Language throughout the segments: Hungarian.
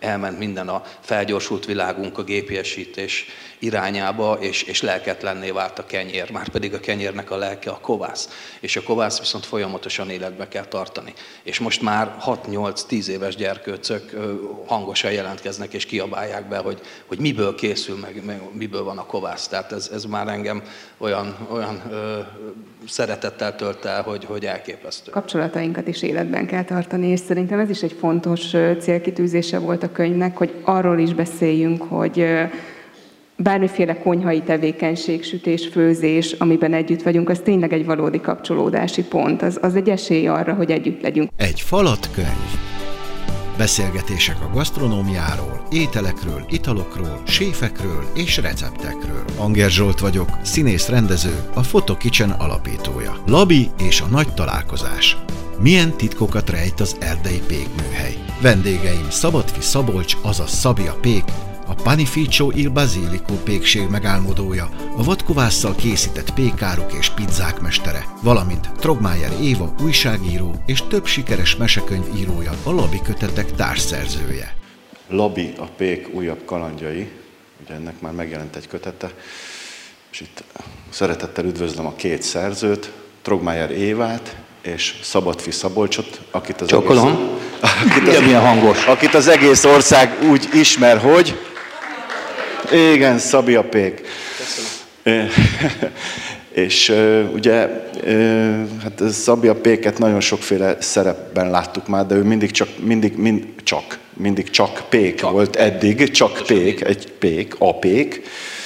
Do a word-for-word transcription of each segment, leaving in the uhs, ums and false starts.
elment minden a felgyorsult világunk, a gépiesítés irányába, és, és lelketlenné vált a kenyér, már pedig a kenyérnek a lelke a kovász, és a kovász viszont folyamatosan életbe kell tartani. És most már hat-nyolc-tíz éves gyerkőcök hangosan jelentkeznek és kiabálják be, hogy, hogy miből készül, meg, meg miből van a kovász. Tehát ez, ez már engem olyan, olyan ö, szeretettel tölt el, hogy, hogy elképesztő. Kapcsolatainkat is életben kell tartani, és szerintem ez is egy fontos célkitűzése volt a könyvnek, hogy arról is beszéljünk, hogy bármiféle konyhai tevékenység, sütés, főzés, amiben együtt vagyunk, az tényleg egy valódi kapcsolódási pont. Az, az egy esély arra, hogy együtt legyünk. Egy falat könyv. Beszélgetések a gasztronómiáról, ételekről, italokról, séfekről és receptekről. Anger Zsolt vagyok, színész-rendező, a Photo Kitchen alapítója. Labi és a nagy találkozás. Milyen titkokat rejt az erdei pékműhely? Vendégeim Szabadfi Szabolcs, azaz Szabi a pék, a Panificio il Basilico pékség megálmodója, a vadkovásszal készített pékáruk és pizzák mestere, valamint Trogmájer Éva újságíró és több sikeres mesekönyv írója, a Labi kötetek társszerzője. Labi a pék újabb kalandjai, ugye ennek már megjelent egy kötete, és itt szeretettel üdvözlöm a két szerzőt, Trogmájer Évát és Szabadfi Szabolcsot, akit az, egész, akit, az, milyen hangos. akit az egész ország úgy ismer, hogy... Igen, Szabi a pék. Köszönöm. És uh, ugye, uh, hát Szabi a péket nagyon sokféle szerepben láttuk már, de ő mindig csak, mindig, mind, csak, mindig csak pék csak. volt eddig, csak Köszönöm. pék, egy pék, a pék,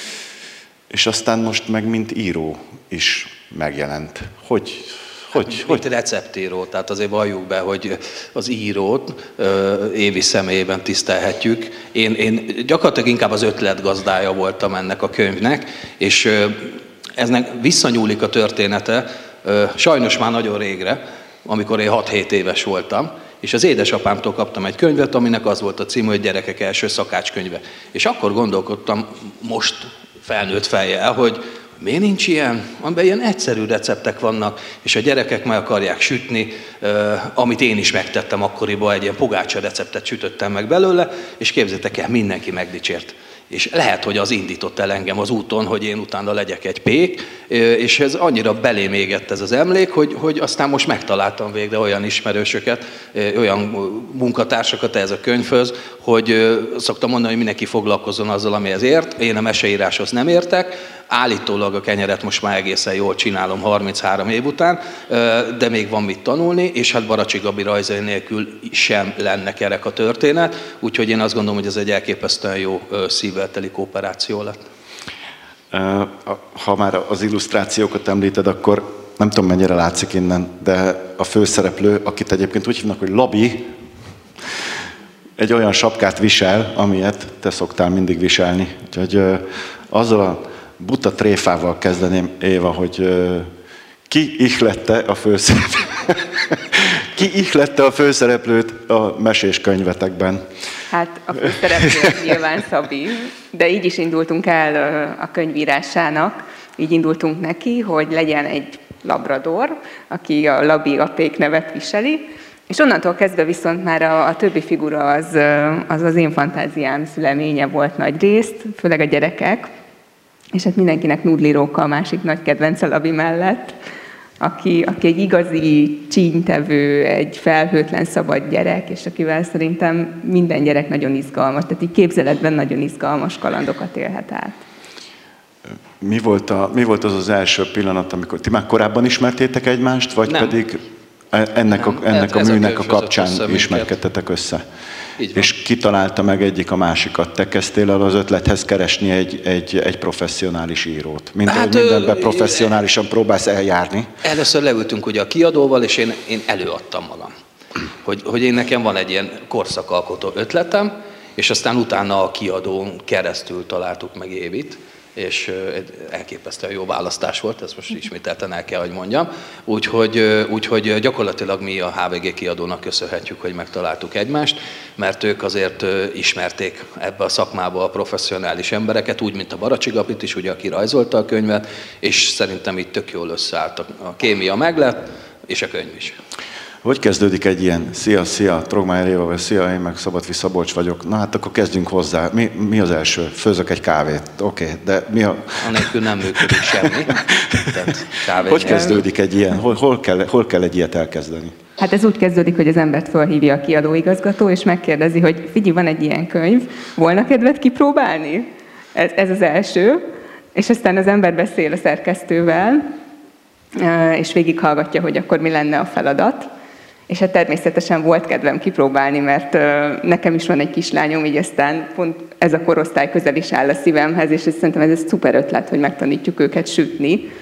és aztán most meg mint író is megjelent. Hogy... Hogy, mint hogy? receptíró, tehát azért valljuk be, hogy az írót Évi személyében tisztelhetjük. Én, én gyakorlatilag inkább az ötletgazdája voltam ennek a könyvnek, és eznek visszanyúlik a története, sajnos már nagyon régre, amikor én hat-hét éves voltam, és az édesapámtól kaptam egy könyvet, aminek az volt a címe, hogy Gyerekek első szakácskönyve. És akkor gondolkodtam most felnőtt fejjel, hogy miért nincs ilyen, amiben ilyen egyszerű receptek vannak, és a gyerekek meg akarják sütni, amit én is megtettem akkoriban, egy ilyen pogácsa receptet sütöttem meg belőle, és képzeljétek el, mindenki megdicsért. És lehet, hogy az indított el engem az úton, hogy én utána legyek egy pék, és ez annyira belém égett ez az emlék, hogy, hogy aztán most megtaláltam végre olyan ismerősöket, olyan munkatársakat ez a könyvhöz, hogy szoktam mondani, hogy mindenki foglalkozzon azzal, amihez ért. Én a meseíráshoz nem értek, állítólag a kenyeret most már egészen jól csinálom harminchárom év után, de még van mit tanulni, és hát Baracsi Gabi rajzai nélkül sem lenne kerek a történet, úgyhogy én azt gondolom, hogy ez egy elképesztően jó szívvelteli kooperáció lett. Ha már az illusztrációkat említed, akkor nem tudom, mennyire látszik innen, de a főszereplő, akit egyébként úgy hívnak, hogy Labi, egy olyan sapkát visel, amilyet te szoktál mindig viselni. Úgyhogy azzal a buta tréfával kezdeném, Éva, hogy ki ihlette a főszereplőt, ki ihlette a főszereplőt a mesés könyvetekben? Hát a főszereplő nyilván Szabi, de így is indultunk el a könyvírásának, így indultunk neki, hogy legyen egy labrador, aki a Labi a pék nevet viseli, és onnantól kezdve viszont már a, a többi figura az, az az én fantáziám szüleménye volt nagy részt, főleg a gyerekek, és hát mindenkinek Nudli Róka a másik nagy kedvence Labi mellett, aki, aki egy igazi csínytevő, egy felhőtlen szabad gyerek, és akivel szerintem minden gyerek nagyon izgalmas, tehát így képzeletben nagyon izgalmas kalandokat élhet át. Mi volt, a, mi volt az az első pillanat, amikor ti már korábban ismertétek egymást, vagy Nem. pedig ennek a, ennek a műnek a kapcsán ismerkedtetek össze? És ki találta meg egyik a másikat? Te kezdtél el az ötlethez keresni egy, egy, egy professzionális írót. Minden, hát, mindenben ö, professzionálisan próbálsz eljárni. Először leültünk ugye a kiadóval, és én, én előadtam magam. Hogy, hogy én nekem van egy ilyen korszakalkotó ötletem, és aztán utána a kiadón keresztül találtuk meg Évit, és egy elképesztően jó választás volt, ezt most ismételten el kell, hogy mondjam. Úgyhogy, úgyhogy gyakorlatilag mi a há vé gé kiadónak köszönhetjük, hogy megtaláltuk egymást, mert ők azért ismerték ebbe a szakmába a professzionális embereket, úgy, mint a Baracsi Gabit is, ugye, aki rajzolta a könyvet, és szerintem itt tök jól összeállt. A kémia meglett, és a könyv is. Hogy kezdődik egy ilyen, szia, szia, Trogmai Éva, vagy szia, én meg Szabadfi Szabolcs vagyok. Na hát akkor kezdjünk hozzá. Mi, mi az első? Főzök egy kávét. Oké, okay, de mi a... Anélkül nem működik semmi. Tehát hogy kezdődik egy ilyen? Hol, hol, kell, hol kell egy ilyet elkezdeni? Hát ez úgy kezdődik, hogy az embert felhívja a kiadóigazgató, és megkérdezi, hogy figyelj, van egy ilyen könyv, volna kedved kipróbálni? Ez, ez az első. És aztán az ember beszél a szerkesztővel, és végighallgatja, hogy akkor mi lenne a feladat. És hát természetesen volt kedvem kipróbálni, mert nekem is van egy kislányom, így aztán pont ez a korosztály közel is áll a szívemhez, és szerintem ez egy szuper ötlet, hogy megtanítjuk őket sütni.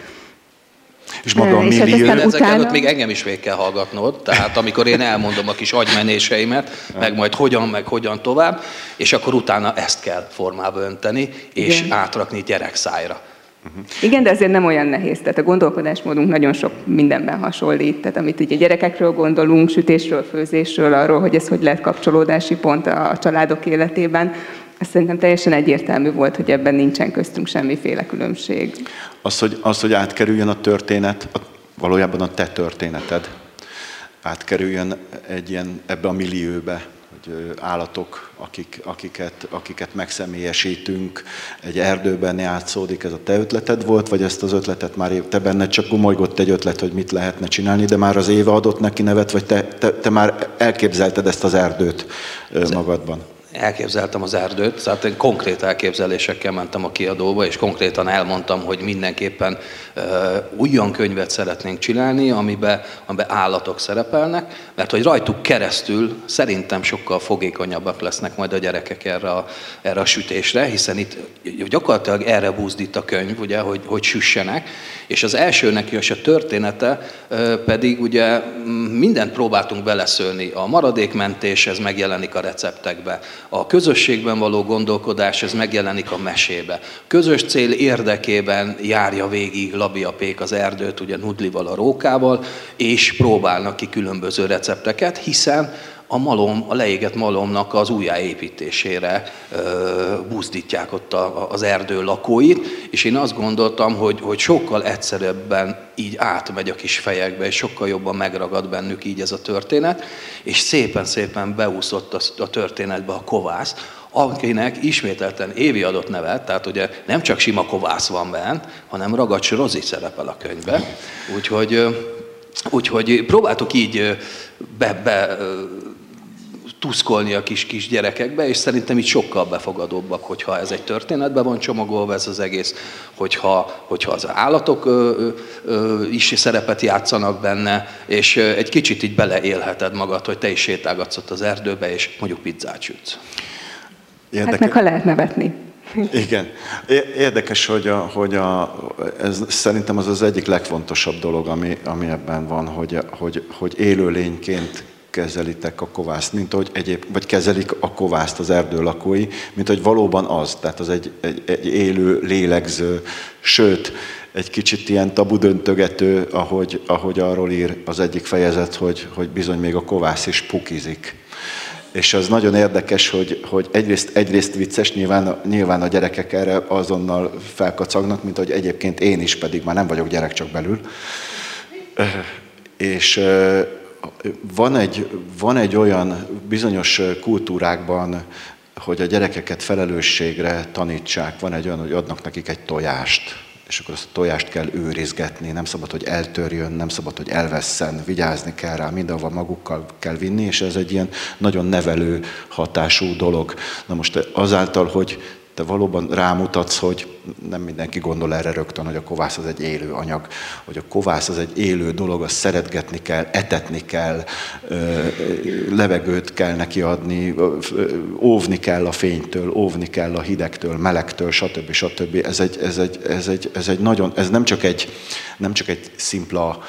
És maga a és millió... hát Ezek utána... előtt még engem is végig kell hallgatnod, tehát amikor én elmondom a kis agymenéseimet, meg majd hogyan, meg hogyan tovább, és akkor utána ezt kell formába önteni, és igen, átrakni gyerekszájra. Uh-huh. Igen, de azért nem olyan nehéz. Tehát a gondolkodásmódunk nagyon sok mindenben hasonlít. Tehát amit ugye gyerekekről gondolunk, sütésről, főzésről, arról, hogy ez hogy lehet kapcsolódási pont a családok életében, azt szerintem teljesen egyértelmű volt, hogy ebben nincsen köztünk semmiféle különbség. Az, hogy, az, hogy átkerüljön a történet, a, valójában a te történeted, átkerüljön egy ilyen, ebbe a millióbe, hogy állatok, akik, akiket, akiket megszemélyesítünk, egy erdőben játszódik, ez a te ötleted volt, vagy ezt az ötletet már te benned csak gumolygott egy ötlet, hogy mit lehetne csinálni, de már az Éva adott neki nevet, vagy te, te, te már elképzelted ezt az erdőt magadban? Elképzeltem az erdőt, tehát én konkrét elképzelésekkel mentem a kiadóba, és konkrétan elmondtam, hogy mindenképpen uh, olyan könyvet szeretnénk csinálni, amiben, amiben állatok szerepelnek, mert hogy rajtuk keresztül szerintem sokkal fogékonyabbak lesznek majd a gyerekek erre a, erre a sütésre, hiszen itt gyakorlatilag erre buzdít a könyv, ugye, hogy, hogy süssenek, és az elsőnek is a története uh, pedig ugye mindent próbáltunk beleszőni, a maradékmentés, ez megjelenik a receptekbe, a közösségben való gondolkodás, ez megjelenik a mesébe. Közös cél érdekében járja végig Labi a pék az erdőt, ugye Nudlival, a rókával, és próbálnak ki különböző recepteket, hiszen a malom, a leégett malomnak az újjáépítésére ö, buzdítják ott a, az erdő lakóit, és én azt gondoltam, hogy, hogy sokkal egyszerűbben így átmegy a kis fejekbe, és sokkal jobban megragad bennük így ez a történet, és szépen-szépen beúszott a, a történetbe a kovász, akinek ismételten Évi adott nevet, tehát ugye nem csak sima kovász van benne, hanem Ragacs Rozi szerepel a könyvben, úgyhogy, úgyhogy próbáltuk így be, be tuszkolni a kis-kis gyerekekbe, és szerintem itt sokkal befogadóbbak, hogyha ez egy történetben van csomagolva ez az egész, hogyha, hogyha az állatok ö, ö, is szerepet játszanak benne, és egy kicsit így beleélheted magad, hogy te is sétálgatsz ott az erdőbe, és mondjuk pizzát sütsz. Érdekes. Hát meg ha lehet nevetni. Igen. Érdekes, hogy, a, hogy a, ez szerintem az az egyik legfontosabb dolog, ami, ami ebben van, hogy, hogy, hogy élőlényként kezelitek a kovászt, mint hogy egyéb, vagy kezelik a kovászt az erdő lakói, mint hogy valóban az, tehát az egy, egy, egy élő, lélegző, sőt, egy kicsit ilyen tabudöntögető, ahogy, ahogy arról ír az egyik fejezet, hogy, hogy bizony még a kovász is pukizik. És az nagyon érdekes, hogy, hogy egyrészt, egyrészt vicces, nyilván, nyilván a gyerekek erre azonnal felkacagnak, mint hogy egyébként én is, pedig már nem vagyok gyerek, csak belül. És van egy, van egy olyan bizonyos kultúrákban, hogy a gyerekeket felelősségre tanítsák. Van egy olyan, hogy adnak nekik egy tojást, és akkor azt a tojást kell őrizgetni, nem szabad, hogy eltörjön, nem szabad, hogy elvesszen, vigyázni kell rá, mindenhova magukkal kell vinni, és ez egy ilyen nagyon nevelő hatású dolog. Na most azáltal, hogy te valóban rámutatsz, hogy nem mindenki gondol erre rögtön, hogy a kovász az egy élő anyag, hogy a kovász az egy élő dolog, azt szeretgetni kell, etetni kell, levegőt kell neki adni, óvni kell a fénytől, óvni kell a hidegtől, melegtől, stb. stb. Ez egy, ez egy, ez egy, ez egy nagyon, ez nem csak egy, nem csak egy szimpla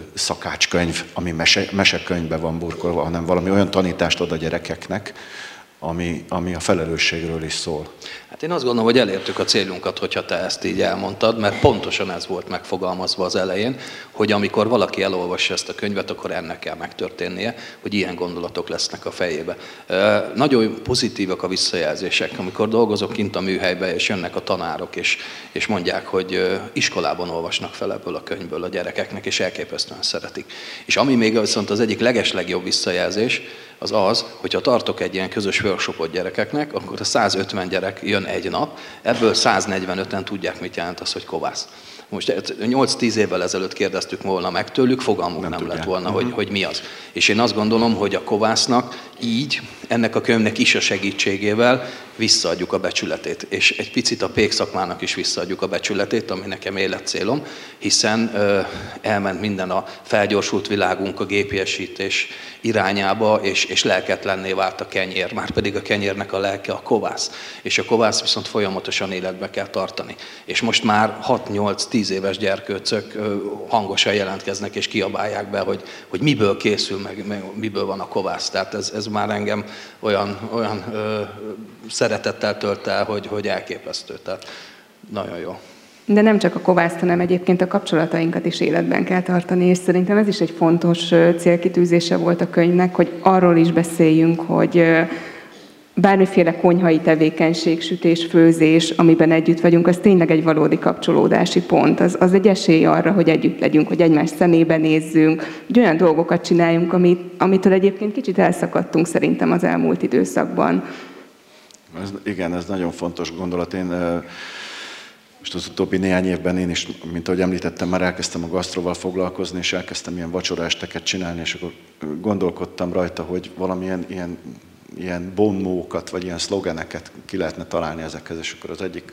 szakácskönyv, ami mese, mesekönyvbe van burkolva, hanem valami olyan tanítást ad a gyerekeknek, ami, ami a felelősségről is szól. Hát én azt gondolom, hogy elértük a célunkat, hogyha te ezt így elmondtad, mert pontosan ez volt megfogalmazva az elején, hogy amikor valaki elolvassa ezt a könyvet, akkor ennek kell megtörténnie, hogy ilyen gondolatok lesznek a fejébe. Nagyon pozitívak a visszajelzések, amikor dolgozok kint a műhelyben, és jönnek a tanárok, és, és mondják, hogy iskolában olvasnak fel ebből a könyvből a gyerekeknek, és elképesztően szeretik. És ami még viszont az egyik legeslegjobb visszajelzés, az az, hogyha tartok egy ilyen közös workshopot gyerekeknek, akkor a százötven gyerek jön egy nap, ebből száznegyvenöten tudják, mit jelent az, hogy kovász. Most nyolc-tíz évvel ezelőtt kérdeztük volna meg tőlük, fogalmuk nem, nem lett volna, uh-huh. hogy, hogy mi az. És én azt gondolom, hogy a kovásznak így, ennek a könyvnek is a segítségével visszaadjuk a becsületét. És egy picit a pékszakmának is visszaadjuk a becsületét, ami nekem életcélom, hiszen ö, elment minden a felgyorsult világunk a gépiesítés irányába, és, és lelketlenné vált a kenyér, már pedig a kenyérnek a lelke a kovász. És a kovász viszont folyamatosan életbe kell tartani. És most már hat-nyolc-tíz éves gyerkőcök ö, hangosan jelentkeznek és kiabálják be, hogy, hogy miből készül, meg, meg miből van a kovász. Tehát ez, ez már engem olyan, olyan ö, szeretettel tölt el, hogy, hogy elképesztő. Tehát nagyon jó. De nem csak a kovászt, hanem egyébként a kapcsolatainkat is életben kell tartani, és szerintem ez is egy fontos célkitűzése volt a könyvnek, hogy arról is beszéljünk, hogy bármiféle konyhai tevékenység, sütés, főzés, amiben együtt vagyunk, az tényleg egy valódi kapcsolódási pont. Az, az egy esély arra, hogy együtt legyünk, hogy egymás szemébe nézzünk, hogy olyan dolgokat csináljunk, amit, amitől egyébként kicsit elszakadtunk szerintem az elmúlt időszakban. Ez, igen, ez nagyon fontos gondolat. Én most az utóbbi néhány évben én is, mint ahogy említettem, már elkezdtem a gasztroval foglalkozni, és elkezdtem ilyen vacsoraesteket csinálni, és akkor gondolkodtam rajta, hogy valamilyen ilyen, ilyen bonmókat, vagy ilyen szlogeneket ki lehetne találni ezekhez, és akkor az egyik,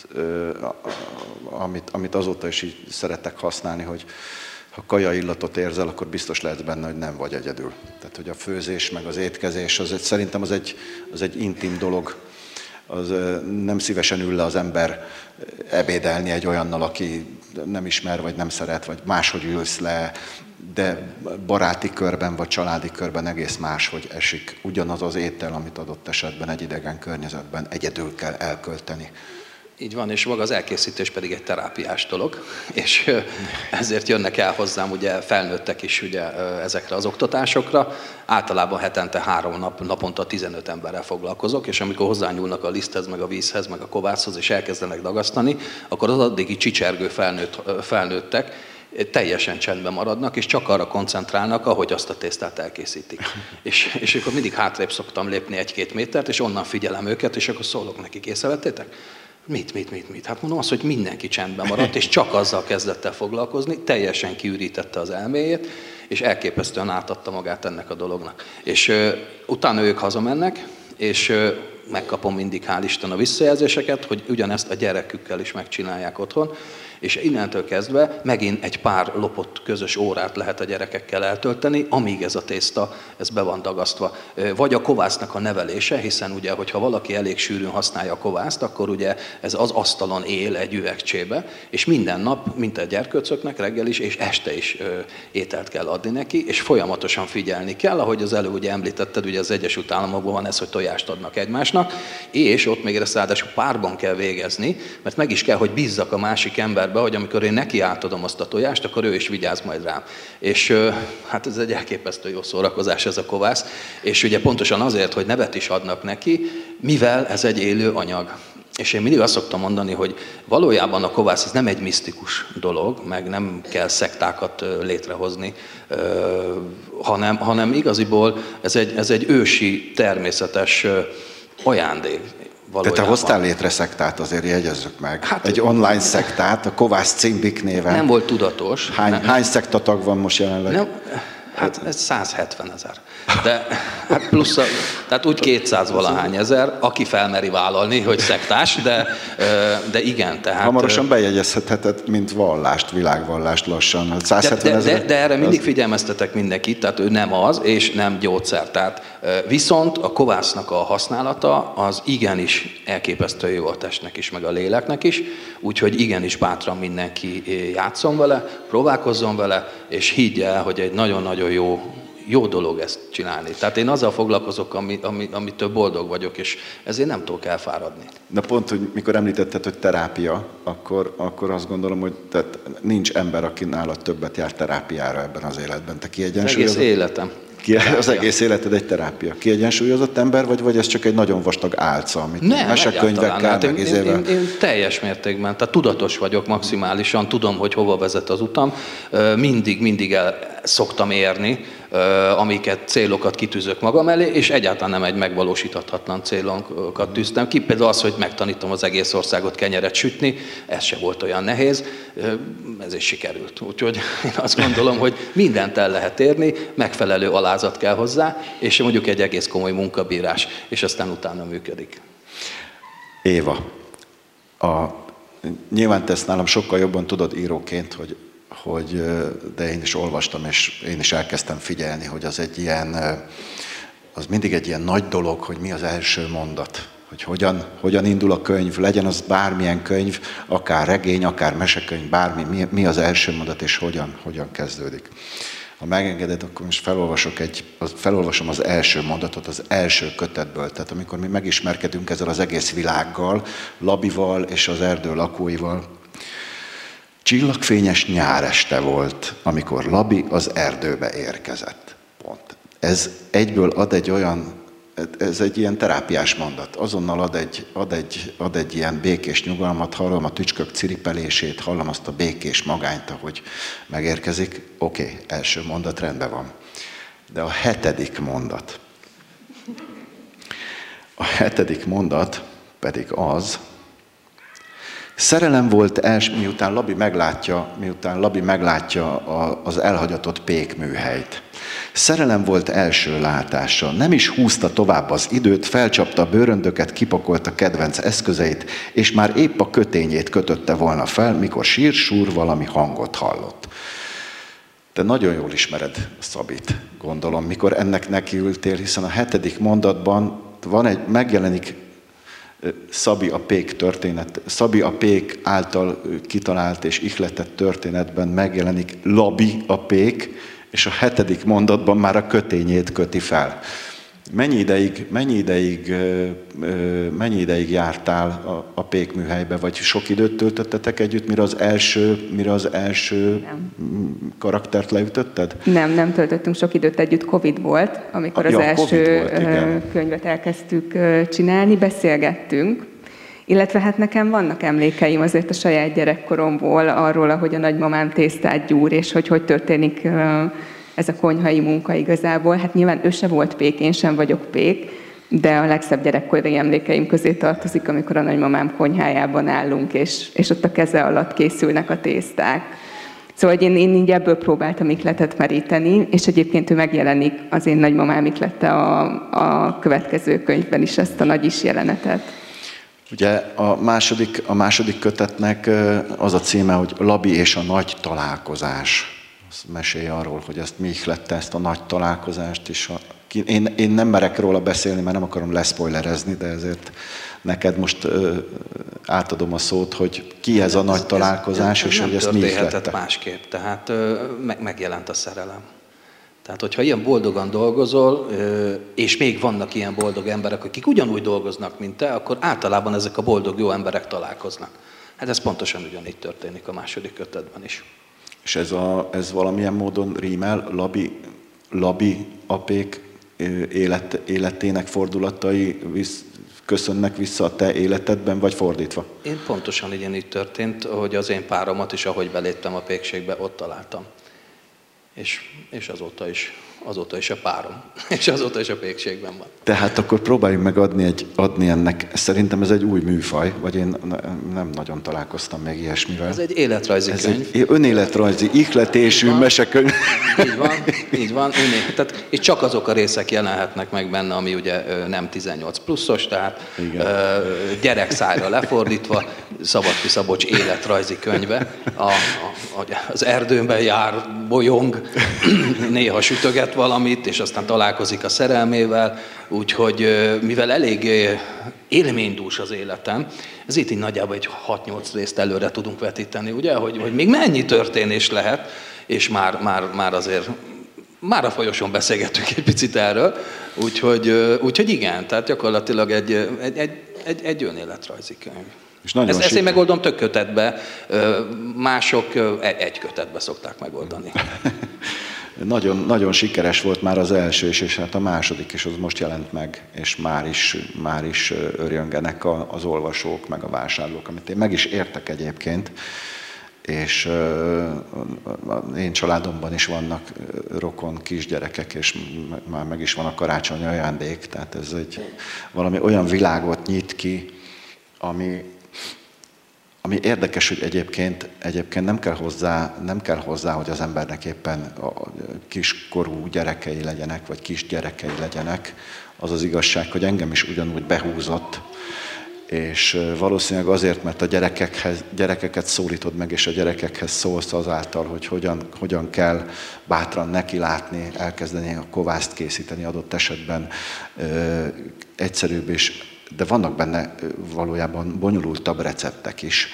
amit, amit azóta is így szeretek használni, hogy ha kaja illatot érzel, akkor biztos lehetsz benne, hogy nem vagy egyedül. Tehát, hogy a főzés, meg az étkezés, az egy, szerintem az egy, az egy intim dolog. Az nem szívesen ül le az ember ebédelni egy olyannal, aki nem ismer, vagy nem szeret, vagy máshogy ülsz le, de baráti körben, vagy családi körben egész máshogy esik. Ugyanaz az étel, amit adott esetben egy idegen környezetben egyedül kell elkölteni. Így van, és maga az elkészítés pedig egy terápiás dolog, és ezért jönnek el hozzám ugye felnőttek is ugye ezekre az oktatásokra. Általában hetente három nap, naponta tizenöt emberrel foglalkozok, és amikor hozzányúlnak a liszthez, meg a vízhez, meg a kovászhoz, és elkezdenek dagasztani, akkor az addigi csicsergő felnőtt, felnőttek teljesen csendben maradnak, és csak arra koncentrálnak, ahogy azt a tésztát elkészítik. és, és akkor mindig hátrébb szoktam lépni egy-két métert, és onnan figyelem őket, és akkor szólok nekik, észrevettétek? Mit, mit, mit, mit? Hát mondom azt, hogy mindenki csendben maradt, és csak azzal kezdett el foglalkozni, teljesen kiürítette az elméjét, és elképesztően átadta magát ennek a dolognak. És ö, utána ők hazamennek, és ö, megkapom mindig, hál' Isten, a visszajelzéseket, hogy ugyanezt a gyerekükkel is megcsinálják otthon, és innentől kezdve megint egy pár lopott közös órát lehet a gyerekekkel eltölteni, amíg ez a tészta, ez be van dagasztva. Vagy a kovásznak a nevelése, hiszen ugye, hogyha valaki elég sűrűn használja a kovászt, akkor ugye ez az asztalon él egy üvegcsébe, és minden nap, mint a gyerkőcöknek reggel is, és este is ö, ételt kell adni neki, és folyamatosan figyelni kell, ahogy az előbb ugye említetted, ugye az Egyesült Államokban van ez, hogy tojást adnak egymásnak, és ott még ezt ráadásul párban kell végezni, mert meg is kell, hogy bízzak a másik emberbe, hogy amikor én neki átadom azt a tojást, akkor ő is vigyáz majd rám. És hát ez egy elképesztő jó szórakozás ez a kovász, és ugye pontosan azért, hogy nevet is adnak neki, mivel ez egy élő anyag. És én mindig azt szoktam mondani, hogy valójában a kovász ez nem egy misztikus dolog, meg nem kell szektákat létrehozni, hanem, hanem igaziból ez egy, ez egy ősi, természetes ajándék. Valójában. De te hoztál létre szektát, azért jegyezzük meg. Hát, egy online szektát, a Kovász Cimbik néven. Nem volt tudatos. Hány, nem. hány szektatag van most jelenleg? Nem, hát ez százhetven ezer. De hát plusz, a, tehát úgy kétszáz valahány ezer, aki felmeri vállalni, hogy szektás, de, de igen. Tehát, hamarosan bejegyezhetheted, mint vallást, világvallást lassan. százhetven de, ezer, de, de erre mindig az... figyelmeztetek mindenkit, tehát ő nem az, és nem gyógyszer. Tehát, viszont a kovásznak a használata az igenis elképesztő jó a testnek is, meg a léleknek is, úgyhogy igenis bátran mindenki játszon vele, próbálkozzon vele, és higgy el, hogy egy nagyon-nagyon jó jó dolog ezt csinálni. Tehát én azzal foglalkozok, ami, ami, amitől boldog vagyok, és ezért nem tudok elfáradni. De pont, hogy mikor említetted, hogy terápia, akkor, akkor azt gondolom, hogy tehát nincs ember, aki nálad többet jár terápiára ebben az életben. Te kiegyensúlyozott? Az egész életem. Ki, az egész életed egy terápia. Kiegyensúlyozott ember vagy, vagy ez csak egy nagyon vastag álca, amit nem, mesekönyvekkel, hát meg én, izével? én, én, én teljes mértékben, tehát tudatos vagyok maximálisan, tudom, hogy hova vezet az utam. Mindig, mindig el szoktam érni, amiket, célokat kitűzök magam elé, és egyáltalán nem egy megvalósíthatatlan célokat tűztem ki. Például az, hogy megtanítom az egész országot kenyeret sütni, ez se volt olyan nehéz, ez is sikerült. Úgyhogy én azt gondolom, hogy mindent el lehet érni, megfelelő alázat kell hozzá, és mondjuk egy egész komoly munkabírás, és aztán utána működik. Éva, a, nyilván te ezt nálam sokkal jobban tudod íróként, hogy hogy, de én is olvastam, és én is elkezdtem figyelni, hogy az egy ilyen, az mindig egy ilyen nagy dolog, hogy mi az első mondat, hogy hogyan, hogyan indul a könyv, legyen az bármilyen könyv, akár regény, akár mesekönyv, bármi, mi, mi az első mondat, és hogyan, hogyan kezdődik. Ha megengeded, akkor most felolvasok egy, felolvasom az első mondatot az első kötetből, tehát amikor mi megismerkedünk ezzel az egész világgal, Labival és az erdő lakóival. Csillagfényes nyáreste volt, amikor Labi az erdőbe érkezett. Pont. Ez egyből ad egy olyan, ez egy ilyen terápiás mondat. Azonnal ad egy, ad egy, ad egy ilyen békés nyugalmat, hallom a tücskök ciripelését, hallom azt a békés magányt, ahogy megérkezik. Oké, okay, első mondat rendben van. De a hetedik mondat. A hetedik mondat pedig az, szerelem volt els, miután Labi meglátja, miután Labi meglátja a, az elhagyatott pékműhelyt. Szerelem volt első látása, nem is húzta tovább az időt, felcsapta a bőröndöket, kipakolta kedvenc eszközeit, és már épp a kötényét kötötte volna fel, mikor sír-súr valami hangot hallott. Te nagyon jól ismered Szabit, gondolom, mikor ennek nekiültél, hiszen a hetedik mondatban van egy, megjelenik Szabi a pék történet, Szabi a pék által kitalált és ihletett történetben megjelenik Labi a pék, és a hetedik mondatban már a kötényét köti fel. Mennyi ideig, mennyi ideig, mennyi ideig jártál a, a pékműhelybe, vagy sok időt töltöttetek együtt, mire az első, mire az első nem. karaktert leütötted? Nem, nem töltöttünk sok időt együtt, Covid volt, amikor ja, az első volt, könyvet elkezdtük csinálni, beszélgettünk, illetve hát nekem vannak emlékeim azért a saját gyerekkoromból arról, ahogy a nagymamám tésztát gyúr, és hogy hogy történik ez a konyhai munka igazából. Hát nyilván ő se volt pék, én sem vagyok pék, de a legszebb gyerekkori emlékeim közé tartozik, amikor a nagymamám konyhájában állunk, és, és ott a keze alatt készülnek a tészták. Szóval én, én így ebből próbáltam ihletet meríteni, és egyébként ő megjelenik az én nagymamám ihlete a, a következő könyvben is, ezt a nagy is jelenetet. Ugye a második, a második kötetnek az a címe, hogy Labi és a nagy találkozás. Mesélj arról, hogy ezt mi ihlette, ezt a nagy találkozást, és a, én, én nem merek róla beszélni, mert nem akarom leszpoilerezni, de ezért neked most ö, átadom a szót, hogy ki ez a ez, nagy találkozás, ez, ez, és hogy ezt mi ihlette. Másképp, tehát ö, meg, megjelent a szerelem. Tehát, hogyha ilyen boldogan dolgozol, ö, és még vannak ilyen boldog emberek, akik ugyanúgy dolgoznak, mint te, akkor általában ezek a boldog jó emberek találkoznak. Hát ez pontosan ugyanígy történik a második kötetben is. És ez, a, ez valamilyen módon rímel, Labi, Labi apék élet, életének fordulatai visz, köszönnek vissza a te életedben, vagy fordítva? Én pontosan így történt, hogy az én páromat is, ahogy beléptem a pékségbe, ott találtam. És, és azóta is. Azóta is a párom, és azóta is a pékségben van. Tehát akkor próbáljunk meg adni, egy, adni ennek, szerintem ez egy új műfaj, vagy én nem nagyon találkoztam még ilyesmivel. Ez egy életrajzi ez könyv. Egy önéletrajzi, ihletésű mesekönyv. Így van, így van. Tehát, és csak azok a részek jelenhetnek meg benne, ami ugye nem tizennyolc pluszos, tehát igen. Gyerekszájra lefordítva, Szabadki Szabolcs életrajzi könyve. A, a, az erdőben jár, bolyong, néha sütöget valamit, és aztán találkozik a szerelmével, úgyhogy mivel elég élménydús az életem, ez itt így nagyjából egy hat-nyolc részt előre tudunk vetíteni, ugye, hogy, hogy még mennyi történés lehet, és már, már, már azért már a folyosón beszélgettünk egy picit erről, úgyhogy, úgyhogy igen, tehát gyakorlatilag egy, egy, egy, egy, egy önéletrajzi könyv. És ezt, ezt én megoldom tök kötetbe, mások egy kötetbe szokták megoldani. Nagyon, nagyon sikeres volt már az első is, és hát a második is az most jelent meg, és már is, már is örjöngenek az olvasók, meg a vásárlók, amit én meg is értek egyébként. És uh, én családomban is vannak rokon kisgyerekek, és már meg is van a karácsonyi ajándék, tehát ez egy valami olyan világot nyit ki, ami, ami érdekes, hogy egyébként, egyébként nem, kell hozzá, nem kell hozzá, hogy az embernek éppen a kiskorú gyerekei legyenek, vagy kisgyerekei legyenek. Az az igazság, hogy engem is ugyanúgy behúzott, és valószínűleg azért, mert a gyerekekhez, gyerekeket szólítod meg, és a gyerekekhez szólsz azáltal, hogy hogyan, hogyan kell bátran nekilátni, elkezdeni a kovászt készíteni adott esetben ö, egyszerűbb is, de vannak benne valójában bonyolultabb receptek is.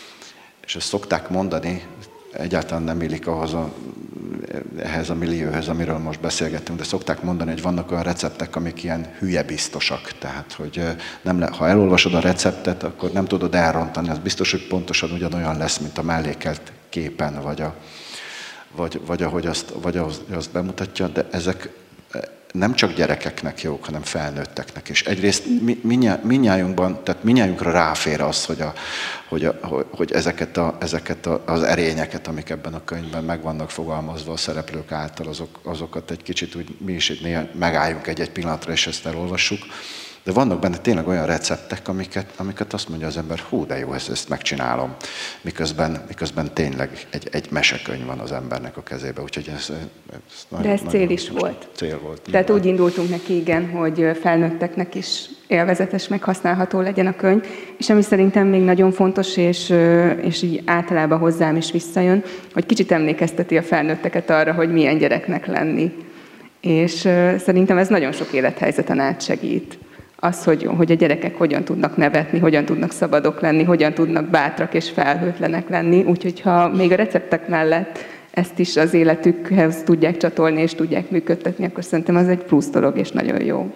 És ezt szokták mondani, egyáltalán nem illik ahhoz a, ehhez a millióhöz, amiről most beszélgettünk, de szokták mondani, hogy vannak olyan receptek, amik ilyen hülye biztosak. Tehát, hogy nem le, ha elolvasod a receptet, akkor nem tudod elrontani, az biztos, hogy pontosan ugyanolyan lesz, mint a mellékelt képen, vagy, a, vagy, vagy ahogy azt, vagy azt bemutatja, de ezek nem csak gyerekeknek jók, hanem felnőtteknek. És egyrészt minnyájunkban, tehát minnyájunkra ráfér az, hogy, a, hogy, a, hogy ezeket, a, ezeket a, az erényeket, amik ebben a könyvben meg vannak fogalmazva a szereplők által, azok, azokat egy kicsit úgy mi is itt néha megálljunk egy-egy pillanatra, és ezt elolvassuk. De vannak benne tényleg olyan receptek, amiket, amiket azt mondja az ember, hú, de jó, ezt, ezt megcsinálom. Miközben, miközben tényleg egy, egy mesekönyv van az embernek a kezébe. Úgyhogy ez, ez nagyon, de ez cél is volt. Cél volt. Tehát úgy indultunk neki, igen, hogy felnőtteknek is élvezetes, meg használható legyen a könyv. És ami szerintem még nagyon fontos, és, és így általában hozzám is visszajön, hogy kicsit emlékezteti a felnőtteket arra, hogy milyen gyereknek lenni. És szerintem ez nagyon sok élethelyzeten át segít. Az, hogy, hogy a gyerekek hogyan tudnak nevetni, hogyan tudnak szabadok lenni, hogyan tudnak bátrak és felhőtlenek lenni. Úgyhogy ha még a receptek mellett ezt is az életükhez tudják csatolni és tudják működtetni, akkor szerintem az egy plusz dolog és nagyon jó.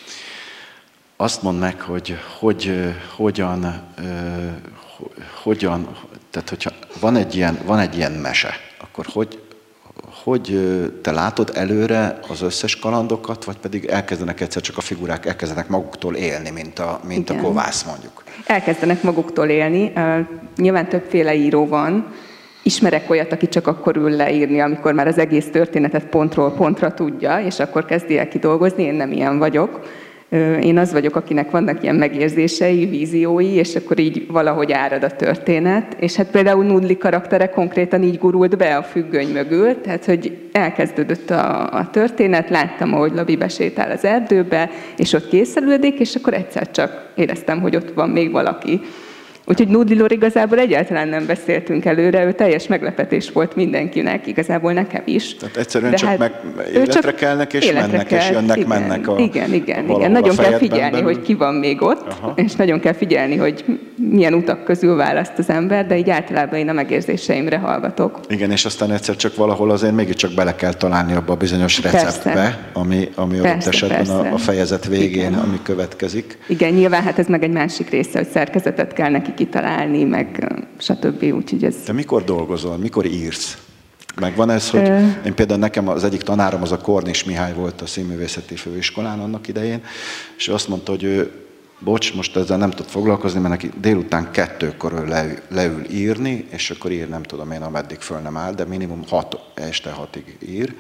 Azt mondd meg, hogy, hogy hogyan, hogyan, tehát hogyha van egy ilyen, van egy ilyen mese, akkor hogy, hogy te látod előre az összes kalandokat, vagy pedig elkezdenek egyszer csak a figurák elkezdenek maguktól élni, mint a, mint a kovász mondjuk? Elkezdenek maguktól élni. Uh, nyilván többféle író van. Ismerek olyat, aki csak akkor ül leírni, amikor már az egész történetet pontról pontra tudja, és akkor kezdi el kidolgozni. Én nem ilyen vagyok. Én az vagyok, akinek vannak ilyen megérzései, víziói, és akkor így valahogy árad a történet. És hát például Nudli karaktere konkrétan így gurult be a függöny mögül, tehát hogy elkezdődött a, a történet, láttam, ahogy Labi besétál az erdőbe, és ott készelődik, és akkor egyszer csak éreztem, hogy ott van még valaki. Úgyhogy Nudliról igazából egyáltalán nem beszéltünk előre, ő teljes meglepetés volt mindenkinek, igazából nekem is. Tehát egyszerűen de csak hát meg életre kelnek és mennek, kell, és jönnek, igen, mennek a Igen, igen, igen. Nagyon kell figyelni, belül. hogy ki van még ott, aha. és nagyon kell figyelni, hogy milyen utak közül választ az ember, de így általában én a megérzéseimre hallgatok. Igen, és aztán egyszer csak valahol azért mégiscsak bele kell találni abba a bizonyos receptbe, persze. ami, ami persze, ott esetben persze. a fejezet végén, igen. ami következik. Igen, nyilván hát ez meg egy másik része, hogy szerkezetet kell neki kitalálni, meg stb. Úgyhogy ez... Te mikor dolgozol? Mikor írsz? Meg van ez, hogy én például nekem az egyik tanárom az a Kornis Mihály volt a színművészeti főiskolán annak idején, és ő azt mondta, hogy ő, bocs, most ezzel nem tud foglalkozni, mert neki délután kettőkor ő leül, leül írni, és akkor ír, nem tudom én, ameddig föl nem áll, de minimum hat, este hatig ír.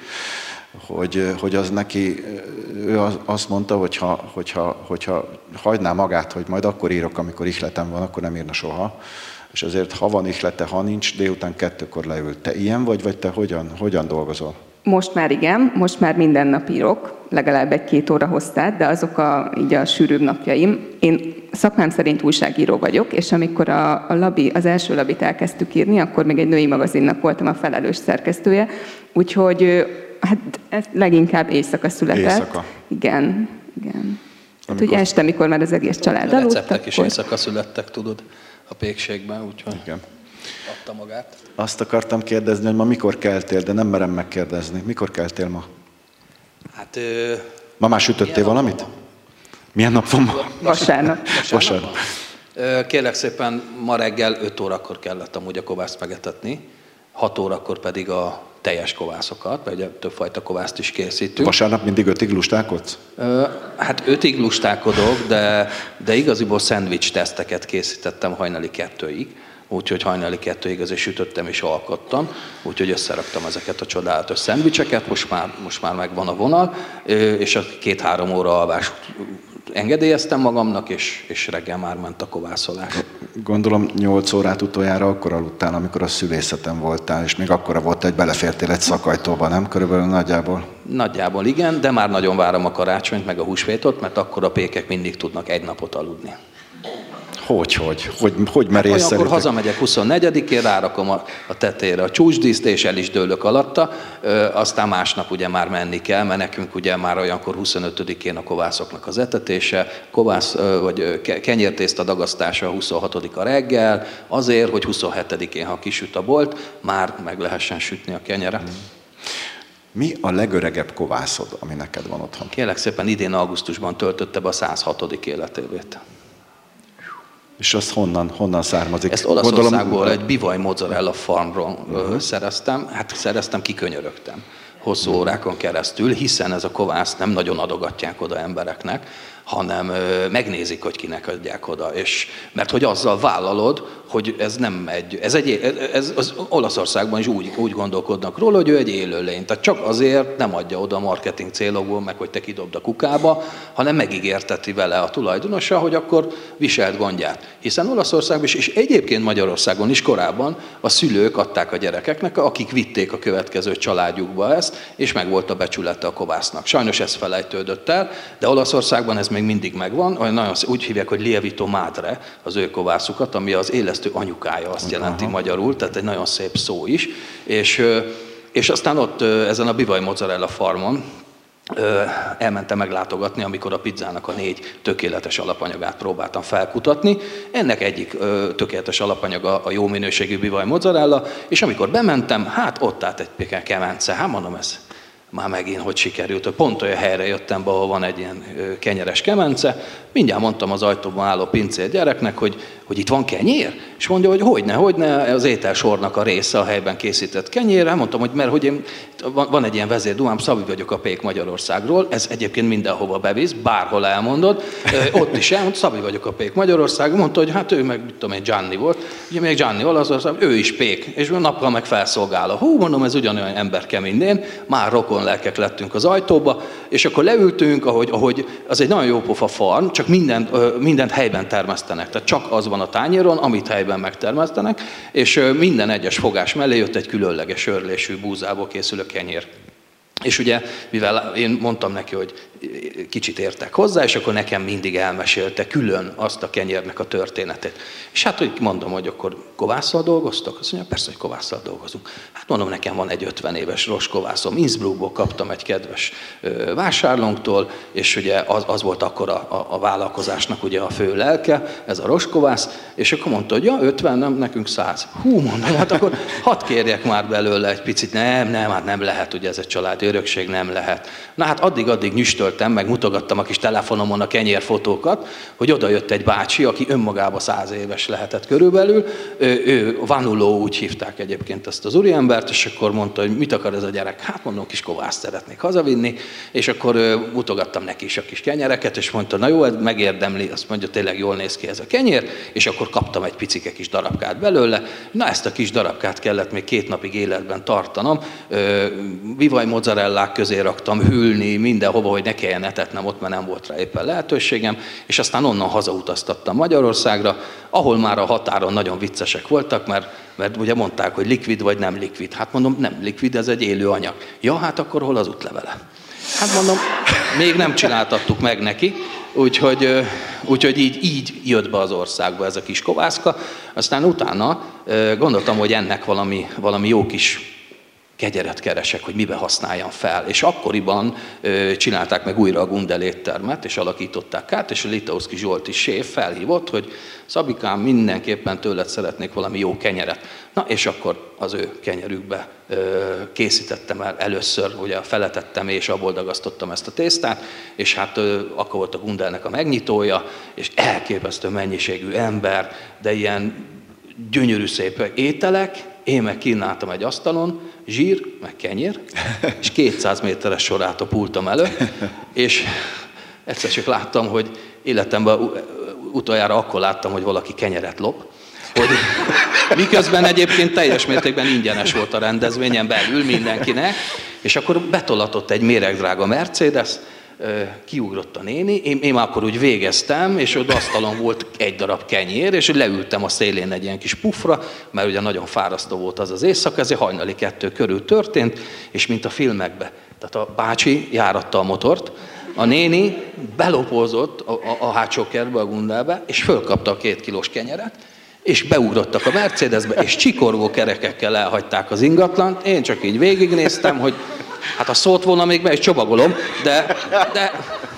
Hogy, hogy az neki, ő azt mondta, hogy ha, hogyha, hogyha hagyná magát, hogy majd akkor írok, amikor ihletem van, akkor nem írna soha. És azért, ha van ihlete, ha nincs, délután kettőkor leül. Te ilyen vagy, vagy te hogyan, hogyan dolgozol? Most már igen, most már minden nap írok, legalább egy-két óra hosszát, de azok a, így a sűrűbb napjaim. Én szakmám szerint újságíró vagyok, és amikor a, a Labi, az első Labit elkezdtük írni, akkor még egy női magazinnak voltam a felelős szerkesztője, úgyhogy hát ez leginkább éjszaka született. Éjszaka. Igen, igen. Hát, hogy este, mikor már az egész család aludt. A receptek is éjszaka születtek, tudod, a pékségben, úgyhogy igen. adta magát. Azt akartam kérdezni, hogy ma mikor keltél, de nem merem megkérdezni. Mikor keltél ma? Hát... Ö... Ma már sütöttél valamit? Van? Milyen nap van ma? Vasárnap. Vasárnap. Kérlek szépen, ma reggel öt órakor kellett amúgy a kovászt megetetni, hat órakor pedig a teljes kovászokat, mert ugye többfajta kovászt is készítünk. Vasárnap mindig ötig lustálkodsz? Hát ötig lustálkodok, de, de igaziból szendvics teszteket készítettem hajnali kettőig, úgyhogy hajnali kettőig azért sütöttem és alkottam, úgyhogy összeraktam ezeket a csodálatos szendvicseket, most már, most már megvan a vonal, és a két-három óra alvást engedélyeztem magamnak, és, és reggel már ment a kovászolás. Gondolom nyolc órát utoljára akkor aludtál, amikor a szülészeten voltál, és még akkora volt, hogy belefértél egy szakajtóba, nem? Körülbelül nagyjából? Nagyjából igen, de már nagyon várom a karácsonyt, meg a húsvétot, mert akkor a pékek mindig tudnak egy napot aludni. Hogy, hogy? Hogy, hogy merészelítek? Olyankor hazamegyek huszonnegyedikén, rárakom a, a tetejére a csúcsdíszt, és el is dőlök alatta, ö, aztán másnap ugye már menni kell, mert nekünk ugye már olyankor huszonötödikén a kovászoknak az etetése, kovász, ö, vagy kenyértészta dagasztása huszonhatodika reggel, azért, hogy huszonhetedikén, ha kisüt a bolt, már meg lehessen sütni a kenyeret. Mi a legöregebb kovászod, ami neked van otthon? Kérlek szépen, idén augusztusban töltötte be a százhatodik életévét. És az honnan, honnan származik? Ezt Olaszországból Gondolom... egy bivaj mozzarella farmról uh-huh. szereztem, hát szereztem, kikönyörögtem hosszú órákon keresztül, hiszen ez a kovász nem nagyon adogatják oda embereknek, hanem ö, megnézik, hogy kinek adják oda. És, mert hogy azzal vállalod, hogy ez nem egy, ez egy, ez, az Olaszországban is úgy, úgy gondolkodnak róla, hogy ő egy élőlény. Tehát csak azért nem adja oda marketing célokból, meg hogy te kidobd a kukába, hanem megígérteti vele a tulajdonosa, hogy akkor viselt gondját. Hiszen Olaszországban is, és egyébként Magyarországon is korábban a szülők adták a gyerekeknek, akik vitték a következő családjukba ezt, és meg volt a becsülete a kovásznak. Sajnos ez felejtődött el, de Olaszországban ez még mindig megvan, olyan nagyon, úgy hívják, hogy lievito madre, az ő kovászukat, ami az élesztő anyukája, azt jelenti Aha. magyarul, tehát egy nagyon szép szó is. És, és aztán ott ezen a bivaj mozzarella farmon elmentem meglátogatni, amikor a pizzának a négy tökéletes alapanyagát próbáltam felkutatni. Ennek egyik tökéletes alapanyaga a jó minőségű bivaj mozzarella, és amikor bementem, hát ott állt egy kemence, hát mondom, ez már megint hogy sikerült, hogy pont olyan helyre jöttem be, ahol van egy ilyen kenyeres kemence. Mindjárt mondtam az ajtóban álló pincér gyereknek, hogy, hogy itt van kenyér? És mondja, hogy hogyne, hogyne, az ételsornak a része a helyben készített kenyér. Hát mondtam, hogy mert hogy én, van egy ilyen vezérdumám, Szabi vagyok a Pék Magyarországról, ez egyébként mindenhova bevisz, bárhol elmondod. Ott is elmondta, Szabi vagyok a Pék Magyarországról, mondta, hogy hát ő meg, mit tudom én, Gianni volt. Ugye még Gianni Olaszország, ő is Pék, és nappal meg felszolgáló. Hú, mondom, ez ugyanolyan emberke, mint én, már rokon lelkek lettünk az ajtóba, és akkor leültünk, ahogy, ahogy az egy nagyon jó pofa farm, csak mindent, mindent helyben termesztenek. Tehát csak az van a tányéron, amit helyben megtermesztenek, és minden egyes fogás mellé jött egy különleges örlésű búzából készülő kenyér. És ugye, mivel én mondtam neki, hogy kicsit értek hozzá, és akkor nekem mindig elmesélte külön azt a kenyérnek a történetét. És hát, hogy mondom, hogy akkor kovásszal dolgoztok? Azt mondja, persze, hogy kovásszal dolgozunk. Hát mondom, nekem van egy ötven éves roskovászom, Innsbruckból kaptam egy kedves vásárlónktól, és ugye az, az volt akkor a, a, a vállalkozásnak ugye a fő lelke, ez a roskovász, és akkor mondta, hogy ja, ötven, nem, nekünk száz. Hú, mondom, hát akkor hadd kérjek már belőle egy picit. Nem, nem, hát nem lehet, ugye ez egy családi örökség, nem lehet. Na hát addig-addig nyüstöltem, meg mutogattam a kis telefonomon a kenyérfotókat, hogy oda jött egy bácsi, aki önmagában száz éves lehetett körülbelül. Ő, ő Vanuló, úgy hívták egyébként ezt az úriembert, és akkor mondta, hogy mit akar ez a gyerek. Hát mondom, kis kovászt szeretnék hazavinni, és akkor mutogattam neki is a kis kenyereket, és mondta, na jó, ez megérdemli, azt mondja, tényleg jól néz ki ez a kenyér, és akkor kaptam egy picike kis darabkát belőle. Na ezt a kis darabkát kellett még két napig életben tartanom. Bivaj mozzarellák közé raktam hűlni mindenhova, hogy ne kelljen etetnem ott, mert nem volt rá éppen lehetőségem, és aztán onnan hazautaztattam Magyarországra, ahol már a határon nagyon viccesek voltak, mert, mert ugye mondták, hogy likvid vagy nem likvid. Hát mondom, nem likvid, ez egy élő anyag. Ja, hát akkor hol az útlevele? Hát mondom, még nem csináltattuk meg neki, úgyhogy, úgyhogy így, így jött be az országba ez a kis kovászka. Aztán utána gondoltam, hogy ennek valami, valami jó kis kegyeret keresek, hogy mibe használjam fel. És akkoriban ö, csinálták meg újra a Gundel éttermet, és alakították át, és a Litauszki Zsolti séf felhívott, hogy Szabikám, mindenképpen tőled szeretnék valami jó kenyeret. Na, és akkor az ő kenyerükbe ö, készítettem el először, ugye feletettem és abból dagasztottam ezt a tésztát, és hát ö, akkor volt a Gundelnek a megnyitója, és elképesztő mennyiségű ember, de ilyen gyönyörű szép ételek, én meg kínáltam egy asztalon, zsír, meg kenyér, és kétszáz méteres sorát a pultom előtt, és egyszer csak láttam, hogy életemben utoljára akkor láttam, hogy valaki kenyeret lop, hogy miközben egyébként teljes mértékben ingyenes volt a rendezvényen belül mindenkinek, és akkor betolatott egy méregdrága Mercedes, kiugrott a néni, én, én már akkor úgy végeztem, és ott asztalon volt egy darab kenyér, és leültem a szélén egy ilyen kis pufra, mert ugye nagyon fárasztó volt az az éjszaka, ezért hajnali kettő körül történt, és mint a filmekben. Tehát a bácsi járatta a motort, a néni belopózott a, a, a hátsó kertbe, a Gundelbe, és fölkapta a két kilós kenyeret, és beugrottak a Mercedesbe, és csikorgó kerekekkel elhagyták az ingatlant. Én csak így végignéztem, hogy hát ha szólt volna még be, és csomagolom, de, de,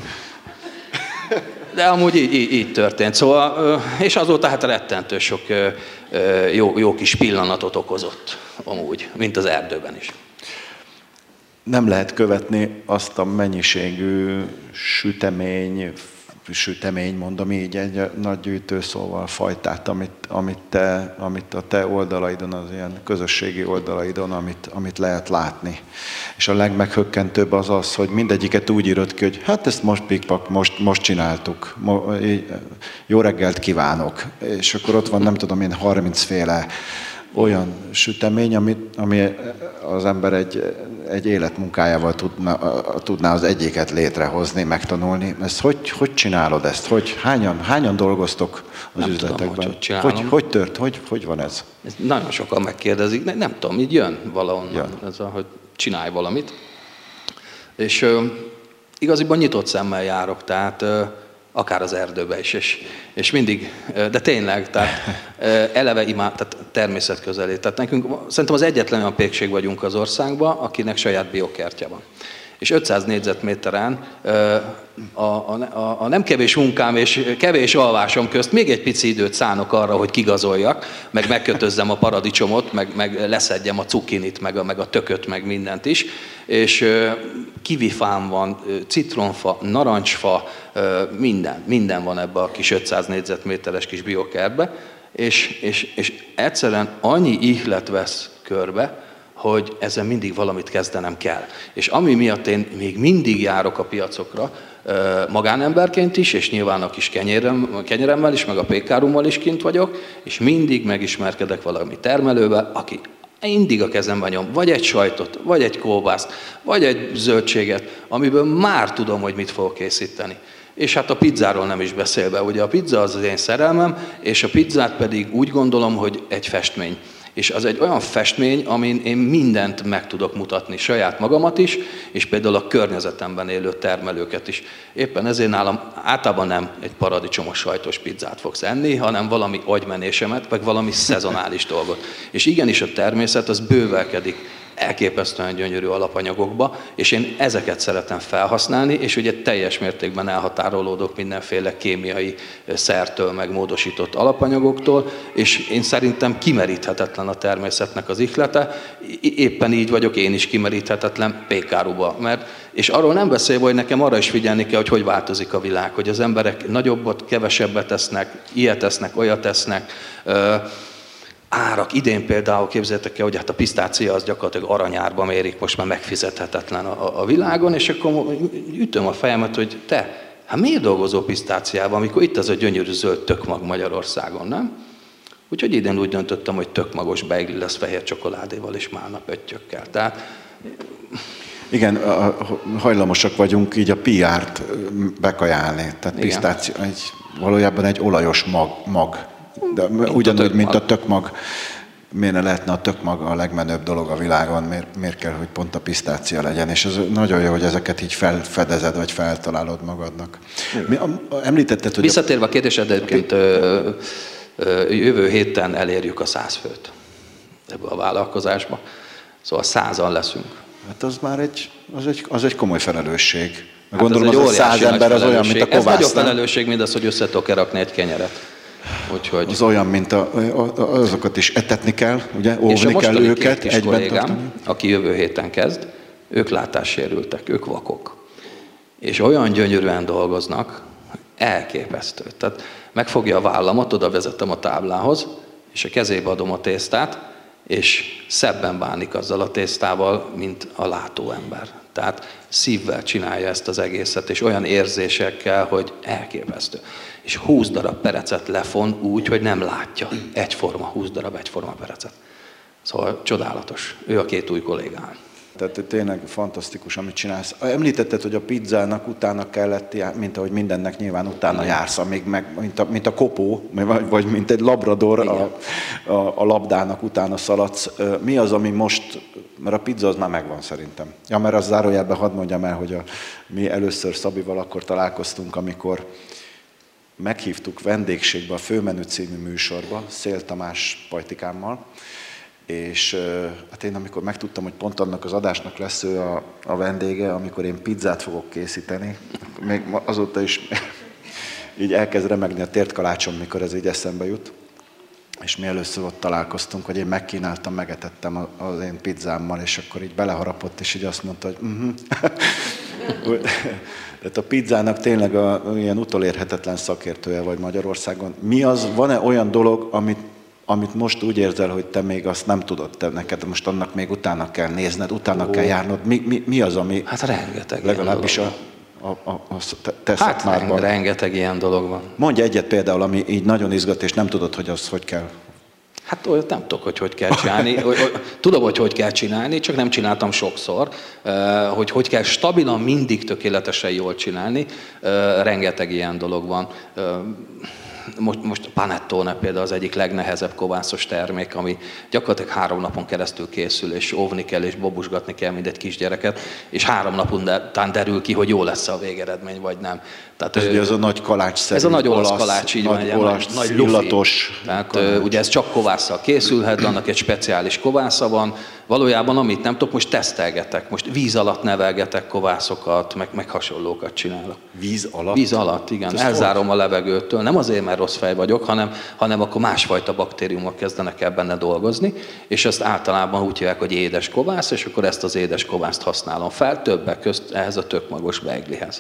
de amúgy így, így, így történt. Szóval, és azóta hát rettentő sok jó, jó kis pillanatot okozott, amúgy, mint az erdőben is. Nem lehet követni azt a mennyiségű sütemény, sütemény, mondom így, egy nagy gyűjtőszóval fajtát, amit, amit, te, amit a te oldalaidon, az ilyen közösségi oldalaidon, amit, amit lehet látni. És a legmeghökkentőbb az az, hogy mindegyiket úgy írod ki, hogy hát ezt most pikpak, most, most csináltuk, jó reggelt kívánok. És akkor ott van, nem tudom én, harmincféle olyan sütemény, amit, ami az ember egy, egy életmunkájával tudna, tudná az egyiket létrehozni, megtanulni. Ezt hogy, hogy csinálod ezt? Hogy, hányan, hányan dolgoztok az nem üzletekben? Tudom, hogy, hogy, hogy, hogy tört? Hogy, hogy van ez? ez? Nagyon sokan megkérdezik, nem, nem tudom, így jön valahonnan, jön. Ez a, hogy csinálj valamit. És uh, igaziban nyitott szemmel járok, tehát uh, akár az erdőbe is, és, és mindig, de tényleg, tehát eleve imád, tehát természetközelé. Tehát nekünk szerintem az egyetlen olyan pékség vagyunk az országban, akinek saját biokertje van. És ötszáz négyzetméteren a, a, a nem kevés munkám és kevés alvásom közt még egy pici időt szánok arra, hogy kigazoljak, meg megkötözzem a paradicsomot, meg, meg leszedjem a cukinit, meg a, meg a tököt, meg mindent is. És kivifám van, citronfa, narancsfa, minden, minden van ebbe a kis ötszáz négyzetméteres kis biokertbe, és, és, és egyszerűen annyi ihlet vesz körbe, hogy ezzel mindig valamit kezdenem kell. És ami miatt én még mindig járok a piacokra, magánemberként is, és nyilván a kis kenyérem, kenyeremmel is, meg a pékárummal is kint vagyok, és mindig megismerkedek valami termelővel, aki mindig a kezemben nyom, vagy egy sajtot, vagy egy kolbászt, vagy egy zöldséget, amiből már tudom, hogy mit fogok készíteni. És hát a pizzáról nem is beszélve, ugye a pizza az az én szerelmem, és a pizzát pedig úgy gondolom, hogy egy festmény. És az egy olyan festmény, amin én mindent meg tudok mutatni, saját magamat is, és például a környezetemben élő termelőket is. Éppen ezért nálam általában nem egy paradicsomos sajtos pizzát fogsz enni, hanem valami agymenésemet, vagy valami szezonális dolgot. És igenis a természet az bővelkedik elképesztően gyönyörű alapanyagokba, és én ezeket szeretem felhasználni, és ugye teljes mértékben elhatárolódok mindenféle kémiai szertől, meg módosított alapanyagoktól, és én szerintem kimeríthetetlen a természetnek az ihlete, éppen így vagyok én is kimeríthetetlen pékáruba, mert és arról nem beszélve, hogy nekem arra is figyelni kell, hogy hogy változik a világ, hogy az emberek nagyobbat, kevesebbet esznek, ilyet esznek, olyat esznek, árak. Idén például képzeljétek el, hogy hát a pisztácia az gyakorlatilag aranyárba mérik, most már megfizethetetlen a, a világon, és akkor ütöm a fejemet, hogy te, hát miért dolgozol pisztáciában, amikor itt az a gyönyörű zöld tökmag Magyarországon, nem? Úgyhogy idén úgy döntöttem, hogy tökmagos beigli lesz fehér csokoládéval és málna pöttyökkel. Tehát... Igen, hajlamosak vagyunk így a pé er-t bekajálni. Tehát pisztácia egy, valójában egy olajos mag. mag. De mint ugyanúgy, a mint a tökmag. Miért ne lehetne a tökmag a legmenőbb dolog a világon? Miért, miért kell, hogy pont a pisztácia legyen? És ez nagyon jó, hogy ezeket így felfedezed, vagy feltalálod magadnak. Mi, említetted, hogy... Visszatérve a kérdésed, egyébként jövő héten elérjük a száz főt ebbe a vállalkozásba. Szóval százan leszünk. Hát az már egy, az egy, az egy komoly felelősség. Hát gondolom, az, az a száz ember az olyan, mint a kovász. Ez nagyobb felelősség, mint az, hogy össze tudok rakni egy kenyeret. Úgyhogy... Az olyan, mint a, azokat is etetni kell, ugye, óvni kell őket. Két kis kollégám, aki jövő héten kezd, ők látássérültek, ők vakok. És olyan gyönyörűen dolgoznak, elképesztő. Tehát megfogja a vállamat, oda vezetem a táblához, és a kezébe adom a tésztát, és szebben bánik azzal a tésztával, mint a látóember. Tehát szívvel csinálja ezt az egészet, és olyan érzésekkel, hogy elképesztő. És húsz darab perecet lefon úgy, hogy nem látja. Egyforma, húsz darab egyforma perecet. Szóval csodálatos. Ő a két új kollégám. Tehát tényleg fantasztikus, amit csinálsz. Említetted, hogy a pizzának utána kellett, mint ahogy mindennek nyilván utána igen. jársz, amíg meg, mint, a, mint a kopó, vagy, vagy mint egy labrador a, a, a labdának utána szaladsz. Mi az, ami most, mert a pizza az már megvan szerintem. Ja, mert az zárójelben hadd mondjam el, hogy a, mi először Szabival akkor találkoztunk, amikor meghívtuk vendégségbe a Főmenü című műsorba, Szél Tamás pajtikámmal, és hát én amikor megtudtam, hogy pont annak az adásnak lesz ő a, a vendége, amikor én pizzát fogok készíteni, még azóta is így elkezd remegni a tértkalácsom, mikor ez így eszembe jut. És mi először ott találkoztunk, hogy én megkínáltam, megetettem az én pizzámmal, és akkor így beleharapott, és így azt mondta, hogy uh-huh. Tehát a pizzának tényleg a, ilyen utolérhetetlen szakértője vagy Magyarországon. Mi az, van-e olyan dolog, amit amit most úgy érzel, hogy te még azt nem tudod, te neked most annak még utána kell nézned, utána Ó. kell járnod. Mi, mi, mi az, ami hát rengeteg legalábbis a, a, a, a te hát szakmádban? rengeteg ilyen dolog van. Mondj egyet például, ami így nagyon izgat, és nem tudod, hogy az hogy kell. Hát olyat nem tudok, hogy hogy kell csinálni. Tudom, hogy hogy kell csinálni, csak nem csináltam sokszor. Hogy hogy kell stabilan, mindig tökéletesen jól csinálni. Rengeteg ilyen dolog van. Most, most a panettone például az egyik legnehezebb kovászos termék, ami gyakorlatilag három napon keresztül készül, és óvni kell, és bobusgatni kell, mint egy kisgyereket, és három napon után derül ki, hogy jó lesz a végeredmény, vagy nem. Tehát, ez, ő, ez a nagy kalács Ez a nagy olasz, olasz kalács, így nagy, van, olasz, nagy, nagy illatos. Tehát kalács. Ugye ez csak kovásszal készülhet, annak egy speciális kovásza van. Valójában, amit nem tudok, most tesztelgetek, most víz alatt nevelgetek kovászokat, meg, meg hasonlókat csinálok. Víz alatt? Víz alatt, igen. Elzárom a levegőtől. Nem azért, mert rossz fej vagyok, hanem, hanem akkor másfajta baktériumok kezdenek el benne dolgozni, és ezt általában úgy hívják, hogy édes kovász, és akkor ezt az édes kovászt használom fel, többek közt ehhez a tök magos beiglihez.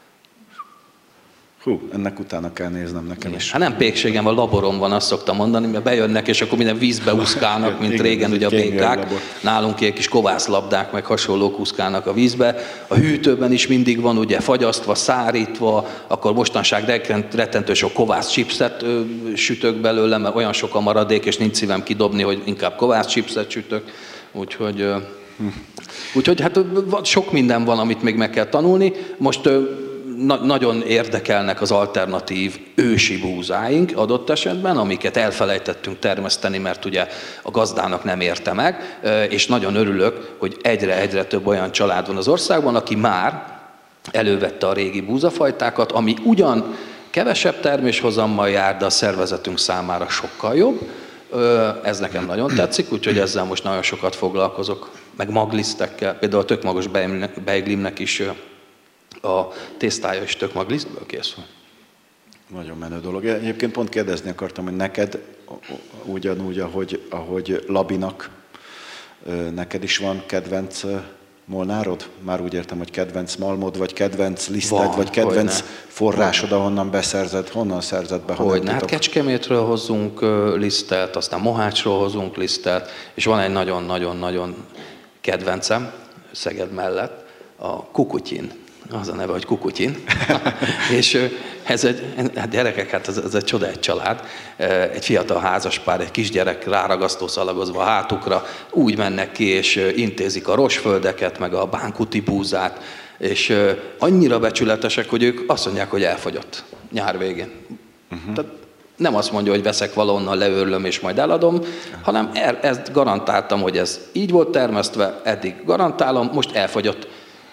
Hú, ennek utána kell néznem nekem is. Hát nem pékségem, a laborom van, azt szoktam mondani, mert bejönnek, és akkor minden vízbe úszkálnak, mint igen, régen ugye a békák. Nálunk ilyen kis kovászlabdák, meg hasonlók úszkálnak a vízbe. A hűtőben is mindig van, ugye fagyasztva, szárítva, akkor mostanság rettentő sok kovász chipset sütök belőle, mert olyan sok a maradék, és nincs szívem kidobni, hogy inkább kovász chipset sütök. Úgyhogy, hm. úgyhogy hát sok minden van, amit még meg kell tanulni. Most Na, nagyon érdekelnek az alternatív ősi búzáink adott esetben, amiket elfelejtettünk termeszteni, mert ugye a gazdának nem érte meg, és nagyon örülök, hogy egyre-egyre több olyan család van az országban, aki már elővette a régi búzafajtákat, ami ugyan kevesebb terméshozammal jár, de a szervezetünk számára sokkal jobb. Ez nekem nagyon tetszik, úgyhogy ezzel most nagyon sokat foglalkozok, meg maglisztekkel, például a tök magos beiglimnek is a tésztája is tök maglisztből készül. Nagyon menő dolog. Egyébként pont kérdezni akartam, hogy neked ugyanúgy, ahogy, ahogy Labinak, neked is van kedvenc molnárod? Már úgy értem, hogy kedvenc malmod, vagy kedvenc liszted, van, vagy kedvenc hogyne. forrásod, ahonnan beszerzed, honnan szerzed be, ha hogy nem hát Kecskemétről hozunk lisztet, aztán Mohácsról hozunk lisztet, és van egy nagyon-nagyon-nagyon kedvencem, Szeged mellett, a Kukutyin. Az a neve, hogy Kukutyin. És ez egy, hát gyerekek, hát ez, ez egy csoda, egy család. Egy fiatal házaspár, egy kisgyerek ráragasztó szalagozva a hátukra, úgy mennek ki, és intézik a rosföldeket, meg a bánkuti búzát, és annyira becsületesek, hogy ők azt mondják, hogy elfogyott nyár végén. Uh-huh. Tehát nem azt mondja, hogy veszek valahonnan, leőrlöm és majd eladom, hanem ezt garantáltam, hogy ez így volt termesztve, eddig garantálom, most elfogyott.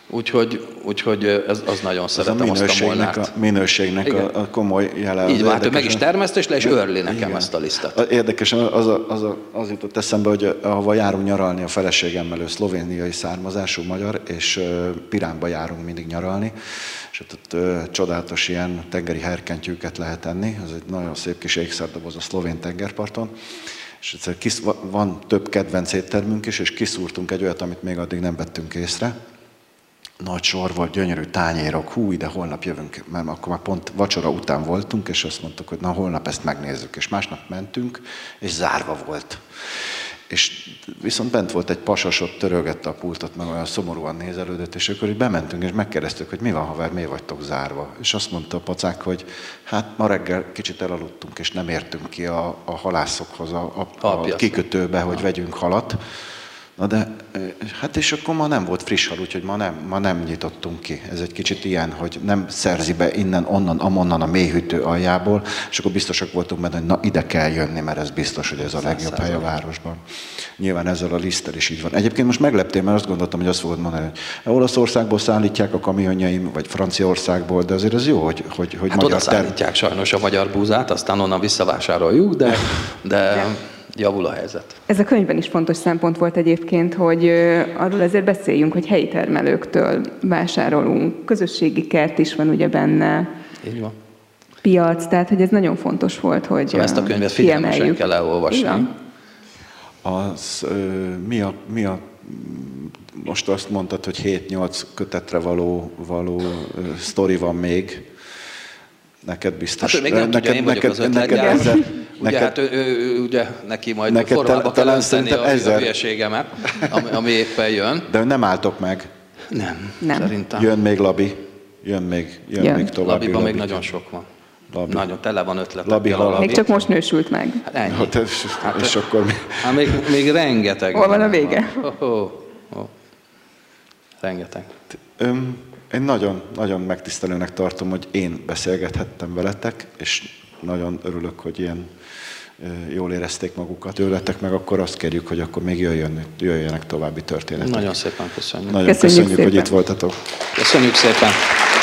Úgyhogy, úgyhogy ez, az nagyon szeretem az a azt a molnárt. A minőségnek a, a komoly jele. Így van, hát ő meg is termesztő, és le is örli nekem igen. ezt a lisztet. Érdekes, az, a, az, a, az jutott eszembe, hogy ahova járunk nyaralni a feleségemmel, ő szlovéniai származású magyar, és Piránba járunk mindig nyaralni, és ott, ott csodálatos ilyen tengeri herkentyűket lehet enni, ez egy nagyon szép kis ékszerdoboz a szlovén tengerparton. És egyszer kisz, van több kedvenc éttermünk is, és kiszúrtunk egy olyat, amit még addig nem vettünk észre. Nagy sor volt, gyönyörű tányérok, hú, ide holnap jövünk, mert akkor már pont vacsora után voltunk, és azt mondtuk, hogy na holnap ezt megnézzük. És másnap mentünk, és zárva volt. És viszont bent volt egy pasas, ott törölgette a pultot, meg olyan szomorúan nézelődött, és akkor így bementünk, és megkérdeztük, hogy mi van, haver, miért vagytok zárva? És azt mondta a pacák, hogy hát ma reggel kicsit elaludtunk, és nem értünk ki a, a halászokhoz, a, a, a kikötőbe, hogy vegyünk halat. Na de, hát és akkor ma nem volt friss hal, úgyhogy ma nem, ma nem nyitottunk ki. Ez egy kicsit ilyen, hogy nem szerzi be innen, onnan, amonnan a mélyhűtő aljából, és akkor biztosak voltunk benne, hogy na ide kell jönni, mert ez biztos, hogy ez a legjobb hely a városban. Nyilván ezzel a liszttel is így van. Egyébként most megleptél, mert azt gondoltam, hogy azt fogod mondani, hogy Olaszországból szállítják a kamionjaim, vagy Franciaországból, de azért ez jó, hogy, hogy, hogy hát magyar oda szállítják sajnos a magyar búzát, aztán onnan visszavásároljuk, de... de... javul a helyzet. Ez a könyvben is fontos szempont volt egyébként, hogy arról azért beszéljünk, hogy helyi termelőktől vásárolunk. Közösségi kert is van ugye benne. Így van. Piac, tehát hogy ez nagyon fontos volt, hogy szóval ezt a könyvet figyelmesen kell elolvasni. Az, mi, a, mi a, most azt mondtad, hogy hét-nyolc kötetre való, való sztori van még. Neked biztos. Hát még nem neked, tudja, én vagyok az ötletgyár. Ugye, neked, hát ő, ő, ő, ugye neki majd neked formába kell önteni a, a hülyeségemet, ami, ami éppen jön. De nem álltok meg. Nem, nem. Szerintem. Jön még Labi, jön még, jön jön. még további Labiban Labi. még nagyon sok van. Labi. Nagyon tele van ötletekkel. Labi, Labi. Még csak most nősült meg. Hát ennyi. Hát, és, hát, és akkor mi? Hát még, még rengeteg. Hol van a vége? Oh, oh, oh. Rengeteg. Öm, Én nagyon, nagyon megtisztelőnek tartom, hogy én beszélgethettem veletek, és nagyon örülök, hogy ilyen jól érezték magukat tőletek, meg akkor azt kérjük, hogy akkor még jöjjön, jöjjenek további történetek. Nagyon szépen köszönjük. Nagyon köszönjük, köszönjük szépen. hogy itt voltatok. Köszönjük szépen.